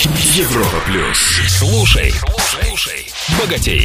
Европа плюс. Слушай, богатей.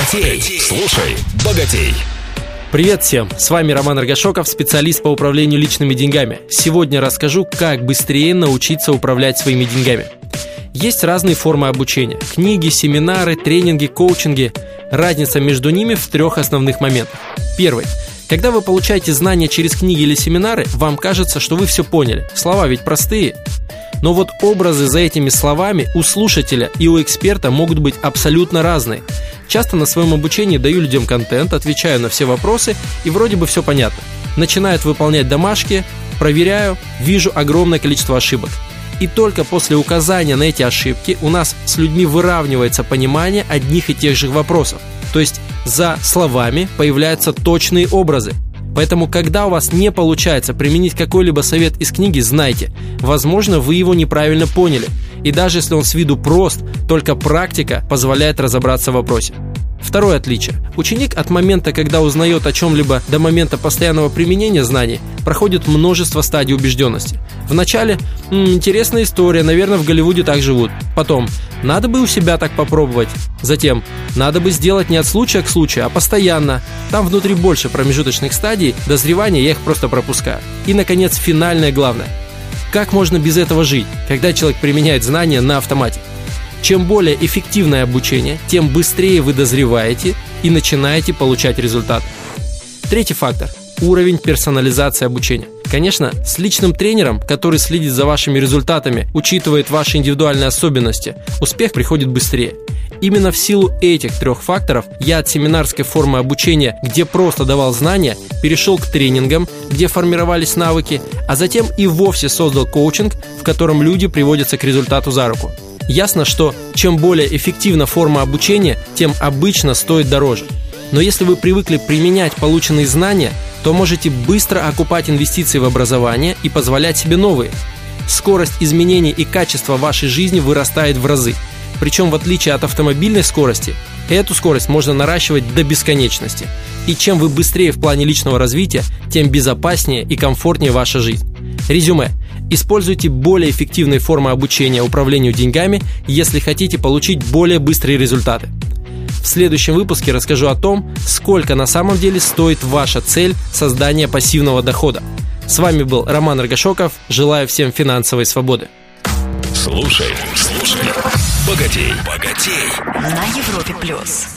Слушай, богатей. Привет всем, с вами Роман Аргашоков, специалист по управлению личными деньгами. Сегодня расскажу, как быстрее научиться управлять своими деньгами. Есть разные формы обучения: книги, семинары, тренинги, коучинги. Разница между ними в 3 основных моментах. Первый. Когда вы получаете знания через книги или семинары, вам кажется, что вы все поняли. Слова ведь простые. Но вот образы за этими словами у слушателя и у эксперта могут быть абсолютно разные. Часто на своем обучении даю людям контент, отвечаю на все вопросы, и вроде бы все понятно. Начинают выполнять домашки, проверяю, вижу огромное количество ошибок. И только после указания на эти ошибки у нас с людьми выравнивается понимание одних и тех же вопросов. То есть за словами появляются точные образы. Поэтому, когда у вас не получается применить какой-либо совет из книги, знайте, возможно, вы его неправильно поняли. И даже если он с виду прост, только практика позволяет разобраться в вопросе. Второе отличие. Ученик от момента, когда узнает о чем-либо, до момента постоянного применения знаний, проходит множество стадий убежденности. Вначале интересная история, наверное, в Голливуде так живут. Потом надо бы у себя так попробовать. Затем надо бы сделать не от случая к случаю, а постоянно. Там внутри больше промежуточных стадий дозревания, я их просто пропускаю. И, наконец, финальное главное. Как можно без этого жить, когда человек применяет знания на автомате? Чем более эффективное обучение, тем быстрее вы дозреваете и начинаете получать результат. Третий фактор – уровень персонализации обучения. Конечно, с личным тренером, который следит за вашими результатами, учитывает ваши индивидуальные особенности, успех приходит быстрее. Именно в силу этих 3 факторов я от семинарской формы обучения, где просто давал знания, перешел к тренингам, где формировались навыки, а затем и вовсе создал коучинг, в котором люди приводятся к результату за руку. Ясно, что чем более эффективна форма обучения, тем обычно стоит дороже. Но если вы привыкли применять полученные знания, то можете быстро окупать инвестиции в образование и позволять себе новые. Скорость изменений и качество вашей жизни вырастает в разы. Причем, в отличие от автомобильной скорости, эту скорость можно наращивать до бесконечности. И чем вы быстрее в плане личного развития, тем безопаснее и комфортнее ваша жизнь. Резюме. Используйте более эффективные формы обучения управлению деньгами, если хотите получить более быстрые результаты. В следующем выпуске расскажу о том, сколько на самом деле стоит ваша цель создания пассивного дохода. С вами был Роман Аргашоков. Желаю всем финансовой свободы. Слушай, богатей. На Европе плюс.